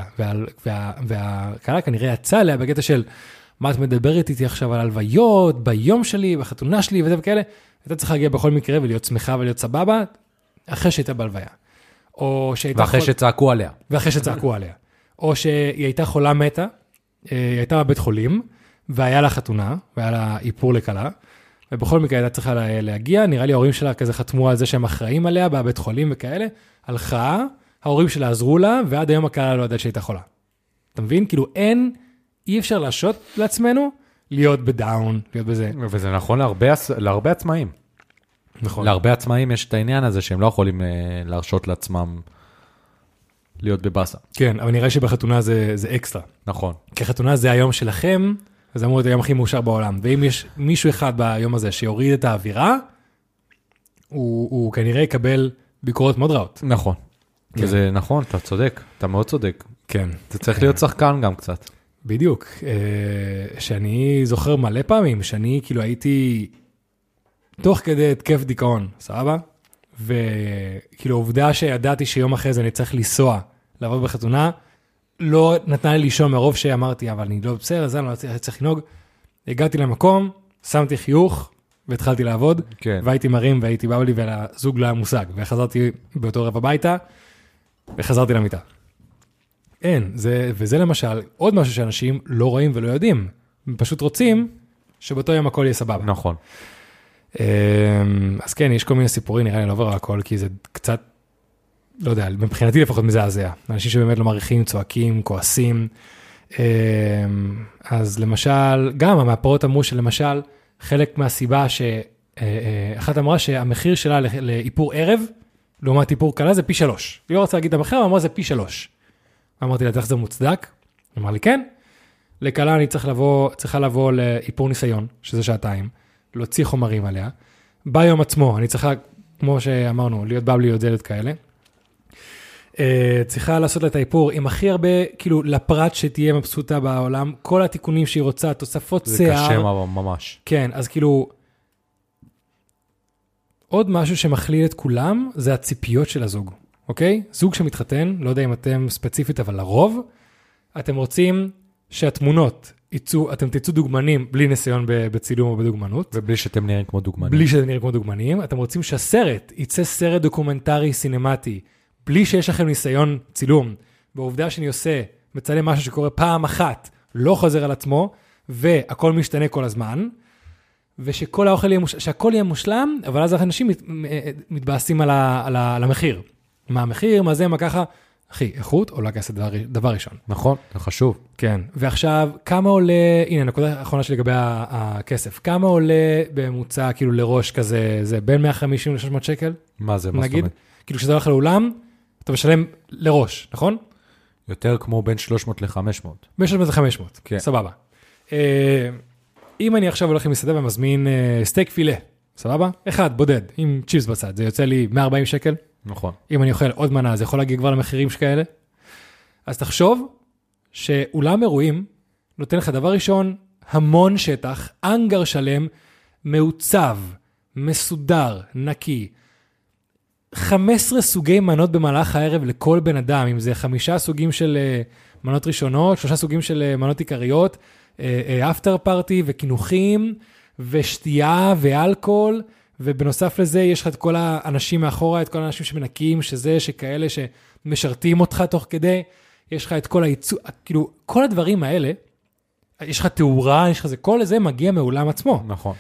והקהלה כנראה יצאה עליה בקטע של, מה את מדברת איתי עכשיו על הלוויות, ביום שלי, בחתונה שלי וזה וכאלה, אתה צריך להגיע בכל מקרה ולהיות שמחה ולהיות סבבה, אחרי שהייתה בהלוויה. או שהייתה ואחרי חול... שצעקו עליה. ואחרי שצעקו עליה. או שהיא הייתה חולה מתה, היא הייתה בבית חולים, והיה לה חתונה, והיה לה איפור לקלה, ובכל מקרה הייתה צריכה להגיע, נראה לי ההורים שלה כזה חתמו על זה שהם אחראים עליה, בבית חולים וכאלה, הלכה, ההורים שלה עזרו לה, ועד היום הקהלה לא יודעת שהייתה חולה. אתה מבין? כאילו אין... אי אפשר להרשות לעצמנו להיות בדאון, להיות בזה. וזה נכון להרבה, להרבה עצמאים. נכון. להרבה עצמאים יש את העניין הזה שהם לא יכולים להרשות לעצמם להיות בבאסה. כן, אבל נראה שבחתונה זה, זה אקסטרה. נכון. כי חתונה זה היום שלכם, זה אמור להיות היום הכי מאושר בעולם. ואם יש מישהו אחד ביום הזה שיוריד את האווירה, הוא, הוא כנראה יקבל ביקורות מאוד רעות. נכון. כן. וזה נכון, אתה צודק, אתה מאוד צודק. כן. זה צריך להיות שחקן גם קצת. בדיוק, שאני זוכר מלא פעמים, שאני כאילו הייתי תוך כדי התקף דיכאון, סבבה? וכאילו עובדה שידעתי שיום אחרי זה אני צריך לנסוע, לעבוד בחתונה, לא נתנה לי לישון מרוב שאמרתי, אבל אני לא בסדר, זה אני לא צריך לנהוג. הגעתי למקום, שמתי חיוך, והתחלתי לעבוד, כן. והייתי מרים והייתי בא לי ולזוג לא היה מושג, וחזרתי באותו רבע הביתה, וחזרתי למיטה. אין, זה, וזה למשל עוד משהו שאנשים לא רואים ולא יודעים. הם פשוט רוצים שבאותו יום הכל יהיה סבבה. נכון. אז כן, יש כל מיני סיפורים, נראה לי לא עובר הכל, כי זה קצת, לא יודע, מבחינתי לפחות מזעזע. אנשים שבאמת לא מעריכים, צועקים, כועסים. אז למשל, גם המאפרות אמרו שלמשל, חלק מהסיבה שאחת אמרה שהמחיר שלה לאיפור ערב, לעומת איפור קלה זה פי שלוש. היא לא רוצה להגיד את המחיר, אבל אמרה זה פי שלוש. אמרתי לה, איך זה מוצדק? אמר לי, כן. לקלה אני צריך לבוא, צריכה לבוא לאיפור ניסיון, שזה שעתיים, להוציא חומרים עליה. ביום עצמו, אני צריכה, כמו שאמרנו, להיות בבלי, להיות דלת כאלה. צריכה לעשות לה את האיפור עם הכי הרבה, כאילו, לפרט שתהיה מבסוטה בעולם, כל התיקונים שהיא רוצה, תוספות שיער. זה קשה ממש. כן, אז כאילו, עוד משהו שמכליל את כולם, זה הציפיות של הזוג, אוקיי? זוג שמתחתן, לא יודע אם אתם ספציפית, אבל לרוב, אתם רוצים שהתמונות יצאו, אתם תצאו דוגמנים בלי ניסיון בצילום או בדוגמנות. ובלי שאתם נראים כמו דוגמנים. בלי שאתם נראים כמו דוגמנים. אתם רוצים שהסרט יצא סרט דוקומנטרי סינמטי, בלי שיש לכם ניסיון צילום. בעובדה שאני עושה, מצלם משהו שקורה פעם אחת, לא חוזר על עצמו, והכל משתנה כל הזמן, ושכל האוכל יהיה מושלם, שהכל יהיה מושלם, אבל אז אנשים מת, מתבאסים על, ה, על, ה, על המחיר. מה המחיר, מה זה, מה ככה? אחי, איכות עולה כסף דבר, דבר ראשון. נכון, זה חשוב. כן, ועכשיו, כמה עולה, הנה, הנקודה האחרונה שלי לגבי הכסף, כמה עולה בממוצע, כאילו לראש כזה, זה בין מאה וחמישים ל-שלוש מאות שקל? מה זה, מה זאת אומרת? כאילו כשאתה הולך לאולם, אתה משלם לראש, נכון? יותר כמו בין שלוש מאות ל-חמש מאות. בין שלוש מאות ל-חמש מאות, כן. סבבה. אם אני עכשיו הולך עם מסעדה ומזמין סטייק פילה, סבבה? אחד, בודד, עם צ'יפס בצד, זה יוצא לי מאה וארבעים שקל. נכון. אם אני אוכל עוד מנה, זה יכול להגיע כבר למחירים שכאלה. אז תחשוב שאולם אירועים נותן לך דבר ראשון, המון שטח, אנגר שלם, מעוצב, מסודר, נקי. חמישה עשר סוגי מנות במהלך הערב לכל בן אדם, אם זה חמישה סוגים של מנות ראשונות, שלושה סוגים של מנות עיקריות, אפטר פארטי וכינוחים, ושתייה ואלכוהול, ובנוסף לזה יש לך את כל האנשים מאחורה, את כל האנשים שמנקים, שזה, שכאלה שמשרתים אותך תוך כדי, יש לך את כל הייצוא, כאילו, כל הדברים האלה, יש לך תאורה, יש לך זה, כל זה מגיע מעולם עצמו. נכון.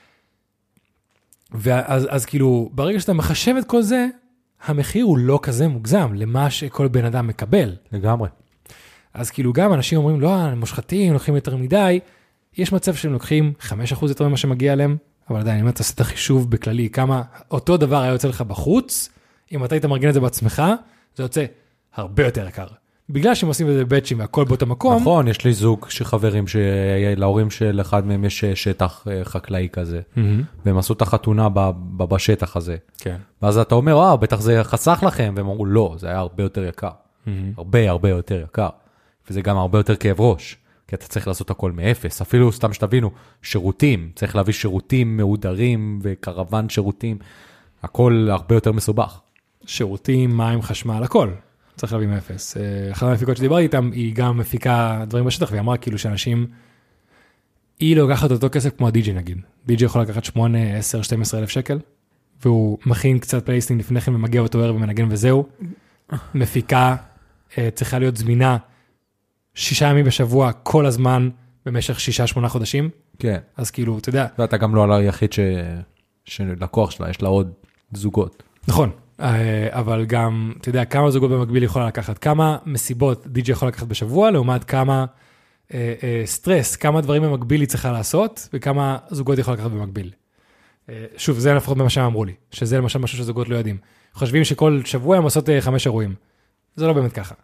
ואז, אז כאילו, ברגע שאתה מחשב את כל זה, המחיר הוא לא כזה מוגזם, למה שכל בן אדם מקבל. לגמרי. אז כאילו, גם אנשים אומרים, לא, הם מושחתים, לוקחים יותר מדי, יש מצב שהם לוקחים חמישה אחוז יותר ממה שמגיע להם, אבל עדיין, אם אתה עושה את החישוב בכללי, כמה אותו דבר היה יוצא לך בחוץ, אם אתה היית מרגן את זה בעצמך, זה יוצא הרבה יותר יקר. בגלל שהם עושים את זה בבצ'ים והכל באותו מקום. נכון, יש לי זוג שחברים שלהורים של אחד מהם יש שטח חקלאי כזה, והם עשו את החתונה בשטח הזה. כן. ואז אתה אומר, אה, בטח זה חסך לכם, והם אמרו, לא, זה היה הרבה יותר יקר. הרבה הרבה יותר יקר. וזה גם הרבה יותר כאב ראש. כי אתה צריך לעשות הכל מאפס, אפילו סתם שתבינו, שירותים, צריך להביא שירותים מעודרים וקרוון שירותים, הכל הרבה יותר מסובך. שירותים, מים, חשמל, הכל, צריך להביא מאפס. אחת המפיקות שדיברתי איתם, היא גם מפיקה דברים בשטח, והיא אמרה כאילו שאנשים, היא לוקחת אותו כסף כמו הדי-ג'י נגיד, די-ג'י יכול לקחת שמונה, עשר, שתים עשרה אלף שקל, והוא מכין קצת פלייסטינג לפני כן ומגיע אותו ערב ומנגן וזהו, מפיקה צריכה להיות זמינה, שישה ימים בשבוע, כל הזמן, במשך שישה, שמונה חודשים. כן. אז כאילו, אתה יודע. ואתה גם לא על היחיד ש... שלקוח שלה, יש לה עוד זוגות. נכון, אבל גם, אתה יודע, כמה זוגות במקביל יכולה לקחת, כמה מסיבות די-ג'י יכול לקחת בשבוע, לעומת כמה אה, אה, סטרס, כמה דברים במקביל היא צריכה לעשות, וכמה זוגות יכול לקחת במקביל. אה, שוב, זה לפחות ממה שהם אמרו לי, שזה למשל משהו שזוגות לא יודעים. חושבים שכל שבוע הם עושות אה, חמש אירועים. זה לא באמת ככה.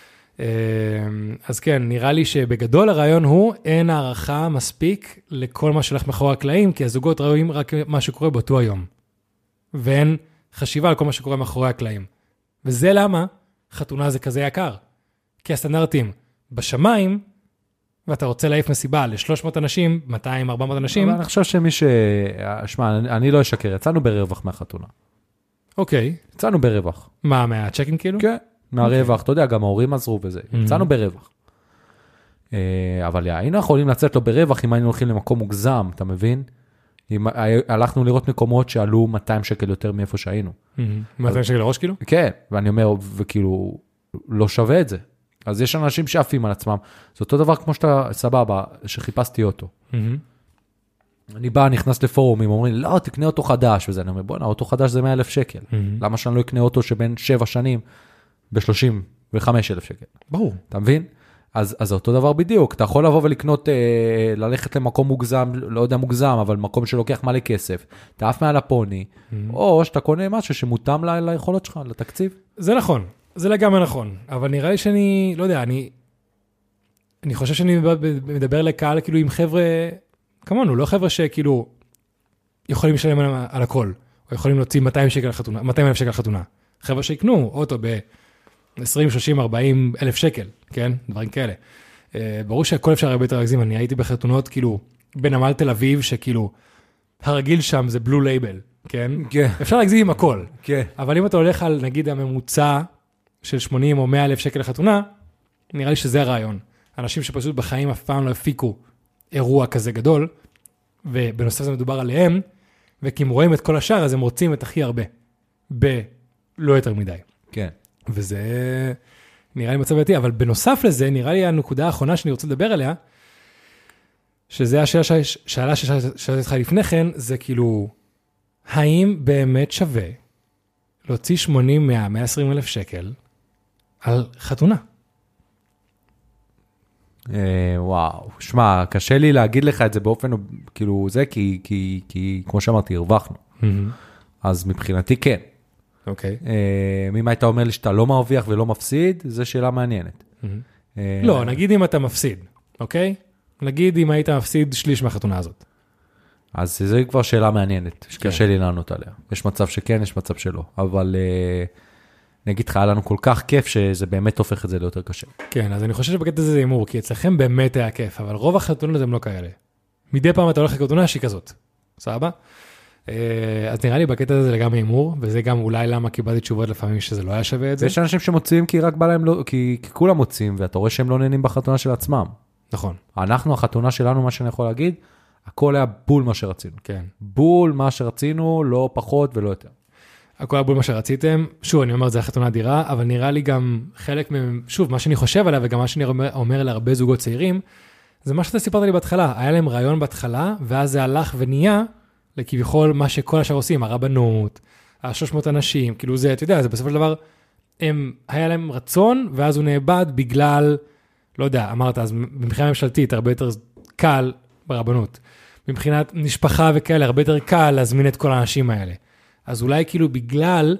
אז כן, נראה לי שבגדול הרעיון הוא, אין הערכה מספיק לכל מה שהולך מאחורי הקלעים, כי הזוגות רואים רק מה שקורה באותו היום. ואין חשיבה על כל מה שקורה מאחורי הקלעים. וזה למה חתונה זה כזה יקר. כי הסטנדרטים בשמיים, ואתה רוצה להעיף מסיבה ל-שלוש מאות אנשים, מאתיים ארבע מאות אנשים. אבל אני חושב שמי ש... שמע, אני לא אשקר, יצאנו ברווח מהחתונה. אוקיי. יצאנו ברווח. מה, מהצ'קים כאילו? כן. מהרווח, אתה יודע, גם ההורים עזרו בזה, יצאנו ברווח. אבל היינו יכולים לצאת לו ברווח אם היינו הולכים למקום מוגזם, אתה מבין? הלכנו לראות מקומות שעלו מאתיים שקל יותר מאיפה שהיינו. מאתיים שקל לראש כאילו? כן, ואני אומר, וכאילו, לא שווה את זה. אז יש אנשים שעפים על עצמם. זה אותו דבר כמו שאתה, סבבה, שחיפשתי אותו. אני בא, נכנס לפורומים, אומרים, לא, תקנה אותו חדש, וזה, אני אומר, בוא, אותו חדש זה מאה אלף שקל. למה שאני לא אקנה אותו שבין שבע שנים, ב-שלושים וחמישה אלף שקל. ברור. אתה מבין? אז, אז זה אותו דבר בדיוק, אתה יכול לבוא ולקנות, אה, ללכת למקום מוגזם, לא יודע מוגזם, אבל מקום שלוקח מלא כסף, אתה עף מעל הפוני, mm-hmm. או שאתה קונה משהו שמותאם ל, ליכולות שלך, לתקציב. זה נכון, זה לגמרי נכון, אבל נראה לי שאני, לא יודע, אני, אני חושב שאני מדבר לקהל כאילו עם חבר'ה, כמונו, לא חבר'ה שכאילו יכולים לשלם על, על הכל, או יכולים להוציא מאתיים שקל לחתונה, מאתיים אלף שקל לחתונה. חבר'ה שיקנו אוטו ב-עשרים, שלושים, ארבעים אלף שקל, כן? דברים כאלה. ברור שהכל אפשר הרבה יותר להגזים, אני הייתי בחתונות כאילו בנמל תל אביב, שכאילו הרגיל שם זה בלו לייבל, כן? כן. אפשר להגזים עם הכל. כן. אבל אם אתה הולך על נגיד הממוצע של שמונים או מאה אלף שקל לחתונה, נראה לי שזה הרעיון. אנשים שפשוט בחיים אף פעם לא הפיקו אירוע כזה גדול, ובנוסף זה מדובר עליהם, וכי הם רואים את כל השאר, אז הם רוצים את הכי הרבה, בלא יותר מדי. כן. וזה נראה לי מצב בעייתי, אבל בנוסף לזה, נראה לי הנקודה האחרונה שאני רוצה לדבר עליה, שזה השאלה שאלה ששאלתי אותך לפני כן, זה כאילו, האם באמת שווה להוציא שמונים, מאה, מאה ועשרים אלף שקל על חתונה? וואו, שמע, קשה לי להגיד לך את זה באופן, כאילו זה, כי, כי, כי כמו שאמרתי, הרווחנו. אז מבחינתי כן. אוקיי. אם היית אומר לי שאתה לא מרוויח ולא מפסיד, זו שאלה מעניינת. לא, נגיד אם אתה מפסיד, אוקיי? נגיד אם היית מפסיד שליש מהחתונה הזאת. אז זו כבר שאלה מעניינת, שקשה לי לענות עליה. יש מצב שכן, יש מצב שלא. אבל נגיד לך, היה לנו כל כך כיף שזה באמת הופך את זה ליותר קשה. כן, אז אני חושב שבקטע הזה זה אימור, כי אצלכם באמת היה כיף, אבל רוב החתונות הם לא כאלה. מדי פעם אתה הולך לחתונה שהיא כזאת. סבבה? אז נראה לי בקטע הזה זה לגמרי אימור, וזה גם אולי למה קיבלתי תשובות לפעמים שזה לא היה שווה את זה. יש אנשים שמוצאים כי רק בא להם לא, כי, כי כולם מוצאים, ואתה רואה שהם לא נהנים בחתונה של עצמם. נכון. אנחנו, החתונה שלנו, מה שאני יכול להגיד, הכל היה בול מה שרצינו. כן. בול מה שרצינו, לא פחות ולא יותר. הכל היה בול מה שרציתם. שוב, אני אומר, זה החתונה אדירה, אבל נראה לי גם חלק מהם, שוב, מה שאני חושב עליה, וגם מה שאני אומר, אומר להרבה זוגות צעירים, זה מה שאתה סיפרת לי בהתחלה. היה להם רעיון בהתחלה, ואז זה הלך ונהיה לכביכול מה שכל השאר עושים, הרבנות, ה-שלוש מאות אנשים, כאילו זה, אתה יודע, זה בסופו של דבר, הם, היה להם רצון, ואז הוא נאבד בגלל, לא יודע, אמרת, אז מבחינה ממשלתית, הרבה יותר קל ברבנות. מבחינת משפחה וכאלה, הרבה יותר קל להזמין את כל האנשים האלה. אז אולי כאילו בגלל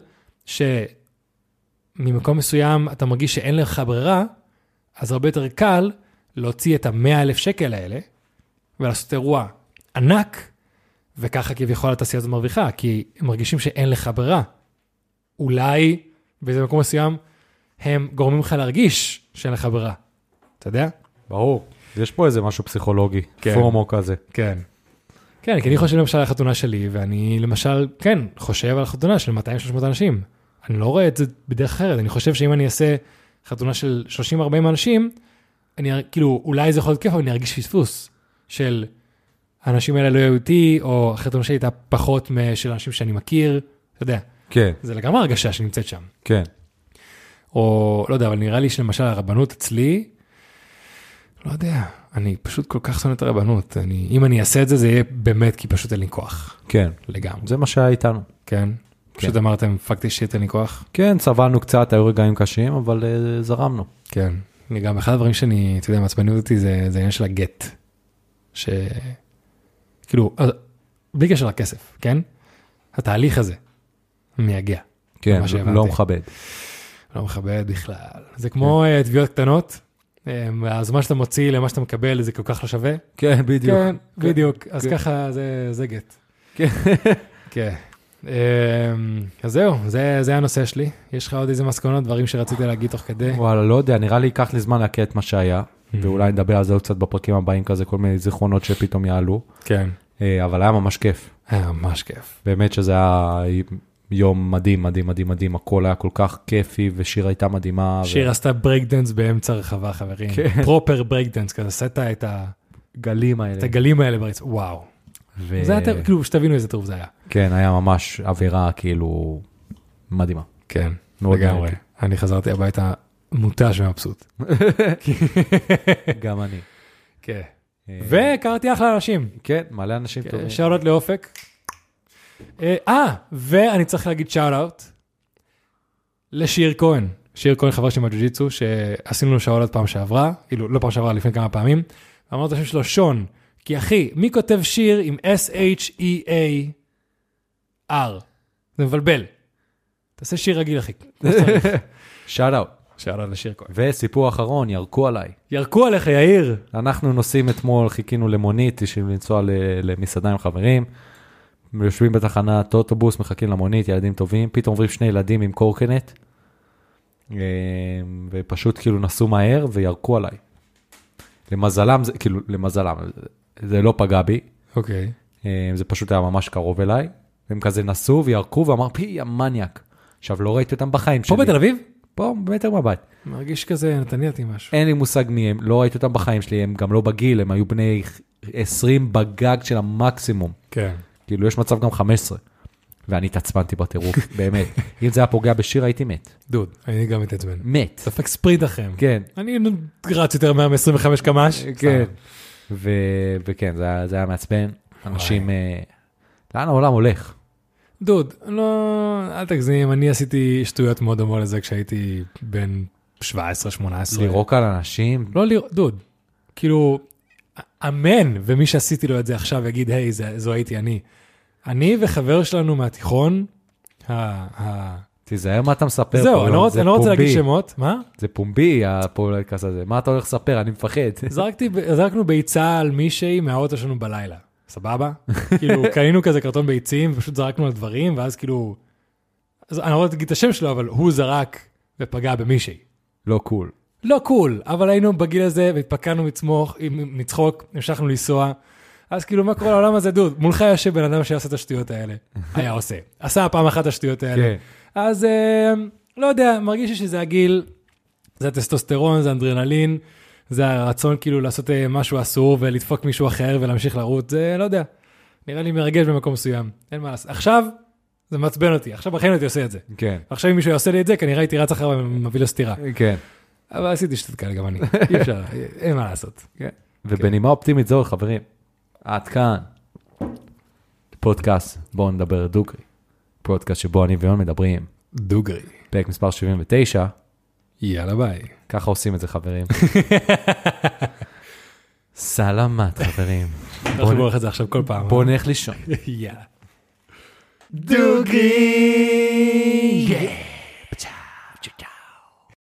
שממקום מסוים אתה מרגיש שאין לך ברירה, אז הרבה יותר קל להוציא את המאה אלף שקל האלה, ולעשות אירוע ענק, וככה כביכול התעשייה הזאת מרוויחה, כי הם מרגישים שאין לך ברירה. אולי באיזה מקום מסוים, הם גורמים לך להרגיש שאין לך ברירה. אתה יודע? ברור. יש פה איזה משהו פסיכולוגי, כן. פורמו כזה. כן. כן, כי אני חושב למשל על החתונה שלי, ואני למשל, כן, חושב על החתונה של מאתיים שלוש מאות אנשים. אני לא רואה את זה בדרך אחרת. אני חושב שאם אני אעשה חתונה של שלושים ארבעים אנשים, אני, כאילו, אולי זה יכול להיות כיף, אבל אני ארגיש פספוס של האנשים האלה לא היו איתי, או החתונה שלי הייתה פחות של אנשים שאני מכיר, אתה יודע. כן. זה לגמרי הרגשה שנמצאת שם. כן. או, לא יודע, אבל נראה לי שלמשל הרבנות אצלי, לא יודע, אני פשוט כל כך שונא את הרבנות. אני, אם אני אעשה את זה, זה יהיה באמת, כי פשוט אין לי כוח. כן. לגמרי. זה מה שהיה איתנו. כן. פשוט אמרתם, פקטי שיט, אין לי כוח. כן, סבלנו קצת, היו רגעים קשים, אבל uh, זרמנו. כן. אני גם, אחד הדברים שאני, אתה יודע, מעצבנים אותי, זה, זה העניין של הגט. ש... כאילו, בלי קשר לכסף, כן? התהליך הזה מייגע. כן, לא מכבד. לא מכבד בכלל. זה כמו כן. תביעות קטנות, אז מה שאתה מוציא למה שאתה מקבל, זה כל כך לא שווה. כן, בדיוק. כן, בדיוק. אז ככה זה גט. כן. כן. אז זהו, זה הנושא שלי. יש לך עוד איזה מסקנות, דברים שרציתי להגיד תוך כדי? וואלה, לא יודע, נראה לי ייקח לי זמן להקריא את מה שהיה, ואולי נדבר על זה קצת בפרקים הבאים כזה, כל מיני זיכרונות שפתאום יעלו. כן. אבל היה ממש כיף. היה ממש כיף. באמת שזה היה יום מדהים, מדהים, מדהים, מדהים. הכל היה כל כך כיפי, ושיר הייתה מדהימה. שיר עשתה ברייקדנס באמצע רחבה, חברים. פרופר ברייקדנס, כזה עשתה את הגלים האלה. את הגלים האלה בריץ, וואו. זה היה, כאילו, שתבינו איזה טוב זה היה. כן, היה ממש אווירה, כאילו, מדהימה. כן, לגמרי. אני חזרתי הביתה מותש ומבסוט. גם אני. כן. וקראתי אחלה אנשים. כן, מלא אנשים טובים. שאלות לאופק. אה, ואני צריך להגיד שאוט אאוט לשיר כהן, שיר כהן חבר שלי מהג'ו-ג'יצו, שעשינו לו שעולת פעם שעברה, כאילו לא פעם שעברה, לפני כמה פעמים, ואמרנו את השם שלו שון, כי אחי, מי כותב שיר עם S-H-E-A-R? זה מבלבל. תעשה שיר רגיל, אחי. שאט אאוט. שאט אאוט לשיר כהן. וסיפור אחרון, ירקו עליי. ירקו עליך, יאיר. אנחנו נוסעים אתמול, חיכינו למונית, בשביל לנסוע למסעדה עם חברים, יושבים בתחנת אוטובוס, מחכים למונית, ילדים טובים, פתאום עוברים שני ילדים עם קורקנט, ופשוט כאילו נסעו מהר וירקו עליי. למזלם, זה, כאילו, למזלם, זה לא פגע בי. אוקיי. זה פשוט היה ממש קרוב אליי. הם כזה נסעו וירקו ואמר, פי, המניאק. עכשיו, לא ראיתי אותם בחיים שלי. פה בתל אביב? פה, במטר מבט. מרגיש כזה, נתניהתי משהו. אין לי מושג מי הם, לא ראיתי אותם בחיים שלי, הם גם לא בגיל, הם היו בני עשרים בגג של המקסימום. כן. כאילו, יש מצב גם חמש עשרה. ואני התעצבנתי בטירוף, באמת. אם זה היה פוגע בשיר, הייתי מת. דוד, אני גם מתעצבן. מת. ספק ספרינט לכם. כן. אני רץ יותר מאה עשרים וחמש קמ"ש. כן. וכן, זה היה מעצבן. אנשים, לאן העולם הולך? דוד, לא, אל תגזים, אני עשיתי שטויות מאוד דומות לזה כשהייתי בן שבע עשרה שמונה עשרה. לירוק על אנשים? לא לירוק, דוד. כאילו, אמן, ומי שעשיתי לו את זה עכשיו יגיד, היי, זו הייתי אני. אני וחבר שלנו מהתיכון, תיזהר מה אתה מספר פה. זהו, אני לא רוצה להגיד שמות. מה? זה פומבי, הפולקס הזה. מה אתה הולך לספר? אני מפחד. זרקנו ביצה על מישהי מהאוטו שלנו בלילה. סבבה? כאילו, קנינו כזה קרטון ביצים, ופשוט זרקנו על דברים, ואז כאילו, אני לא רוצה להגיד את השם שלו, אבל הוא זרק ופגע במישהי. לא קול. לא קול, אבל היינו בגיל הזה, והתפקענו מצחוק, המשכנו לנסוע, אז כאילו, מה קורה לעולם הזה, דוד? מולך יושב בן אדם שעשה את השטויות האלה. היה עושה. עשה פעם אחת השטויות האלה. אז, לא יודע, מרגיש לי שזה הגיל, זה הטסטוסטרון, זה אנדרנלין, זה הרצון כאילו לעשות משהו אסור, ולדפוק מישהו אחר, ולהמשיך לרוץ, זה לא יודע. נראה לי מרגש במקום מסוים. אין מה לעשות. עכשיו, זה מעצבן אותי. עכשיו בחיים הייתי עושה את זה. כן. עכשיו אם מישהו יעשה לי את זה, כנראה הייתי רץ אחר ומביא לו סתירה. כן. אבל עשיתי שטות כאלה גם אני. אי אפשר, אין מה לעשות. כן. ובנימה אופטימית זו, חברים, עד כאן, פודקאסט, בואו נדבר דוגרי. פודקאסט שבו אני ויון מדברים. דוגרי. פרק מספר שבעים ותשע. יאללה ביי. ככה עושים את זה, חברים. סלמת, חברים. בואו נבוא לך את זה עכשיו כל פעם. בואו נלך לישון. יאללה. דוגרי.